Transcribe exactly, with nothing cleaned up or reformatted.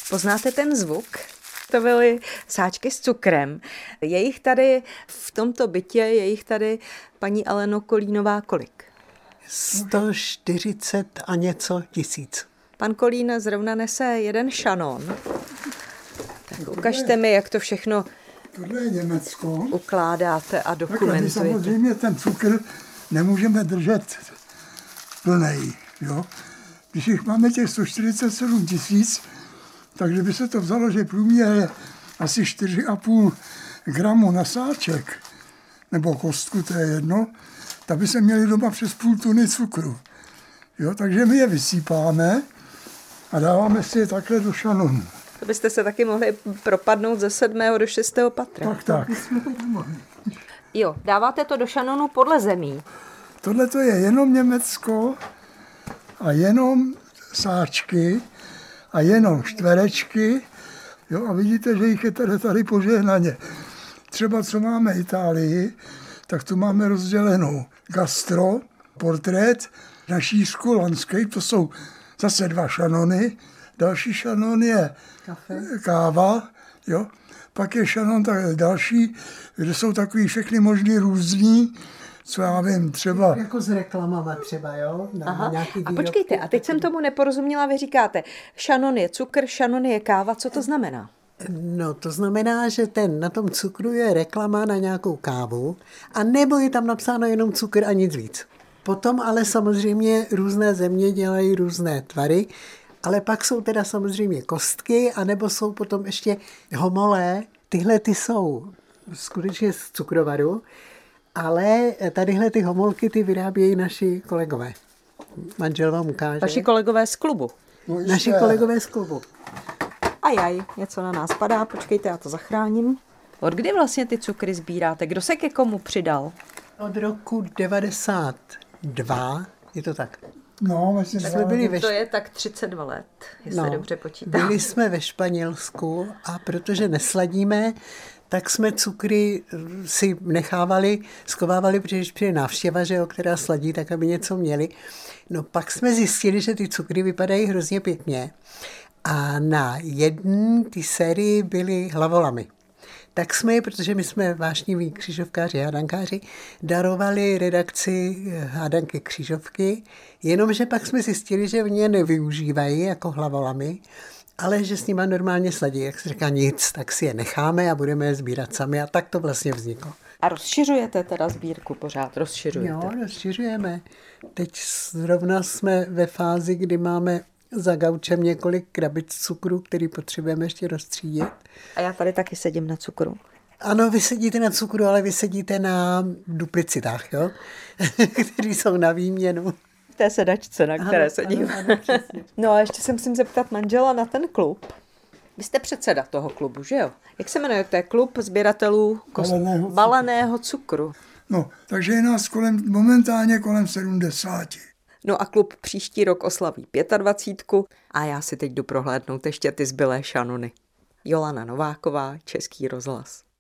Poznáte ten zvuk? To byly sáčky s cukrem. Je jich tady v tomto bytě, je jich tady, paní Aleno Kolínová, kolik? sto čtyřicet a něco tisíc. Pan Kolín zrovna nese jeden šanon. Tak ukažte mi, jak to všechno Tohle je Německo. ukládáte a Takhle my dokumentujete. samozřejmě ten cukr nemůžeme držet plnej. Jo? Když jich máme těch sto čtyřicet sedm tisíc, takže by se to vzalo, že průměr je asi čtyři a půl gramu na sáček, nebo kostku, to je jedno, tak by se měli doma přes půl tuny cukru. Jo? Takže my je vysípáme a dáváme si je takhle do šanonu. To byste se taky mohli propadnout ze sedmého do šestého patra. Tak, tak. Jo, dáváte to do šanonu podle zemí. Tohle to je jenom Německo a jenom sáčky a jenom čtverečky. Jo, a vidíte, že jich je tady, tady požehnaně. Třeba co máme Itálii, tak tu máme rozdělenou gastro, portrét, na šířku landscape, to jsou zase dva šanony. Další šanon je Kafe. káva, jo. Pak je šanon tak další, kde jsou takový všechny možný různý, co já vím, třeba... Jako s reklamama třeba, jo? Na, Aha. na nějaký A výrobky. počkejte, a teď jsem tomu neporozuměla, vy říkáte, šanon je cukr, šanon je káva, co to znamená? No, to znamená, že ten na tom cukru je reklama na nějakou kávu, a nebo je tam napsáno jenom cukr a nic víc. Potom ale samozřejmě různé země dělají různé tvary, ale pak jsou teda samozřejmě kostky, anebo jsou potom ještě homolé. Tyhle ty jsou skutečně z cukrovaru, ale tadyhle ty homolky ty vyrábějí naši kolegové. Manžel vám ukáže. Vaši kolegové z klubu. No, Naši kolegové z klubu. Ajaj, něco na nás padá, počkejte, já to zachráním. Od kdy vlastně ty cukry sbíráte? Kdo se ke komu přidal? Od roku devadesát dva, je to tak. No, vlastně Jsme byli ve To je tak třicet dva let, jestli dobře počítám. Byli jsme ve Španělsku a protože nesladíme, tak jsme cukry si nechávali, skovávali, protože když přijde návštěva, že jo, která sladí, tak aby něco měli. No pak jsme zjistili, že ty cukry vypadají hrozně pěkně a na jedné ty sérii byly hlavolamy. Tak jsme je, protože my jsme vášniví křižovkáři, hádankáři, darovali redakci Hádanky křižovky, jenomže pak jsme zjistili, že oni je nevyužívají jako hlavolamy, ale že s nima normálně sladí. Jak se říká nic, tak si je necháme a budeme je sbírat sami a tak to vlastně vzniklo. A rozšiřujete teda sbírku pořád, rozšiřujete? Jo, rozšiřujeme. Teď zrovna jsme ve fázi, kdy máme za gaučem několik krabic cukru, který potřebujeme ještě rozstřídit. A já tady taky sedím na cukru. Ano, vy sedíte na cukru, ale vy sedíte na duplicitách, jo? Který jsou na výměnu. V té sedačce, na které Ano, sedím. ano, ano, přesně. No a ještě se musím zeptat manžela na ten klub. Vy jste předseda toho klubu, že jo? Jak se jmenuje? To je klub sběratelů kos... Baleného cukru. baleného cukru. No, takže je nás kolem, momentálně kolem sedmdesáti. No a klub příští rok oslaví dvacítku pátku a já si teď jdu prohlédnout ještě ty zbylé šanony. Jolana Nováková, Český rozhlas.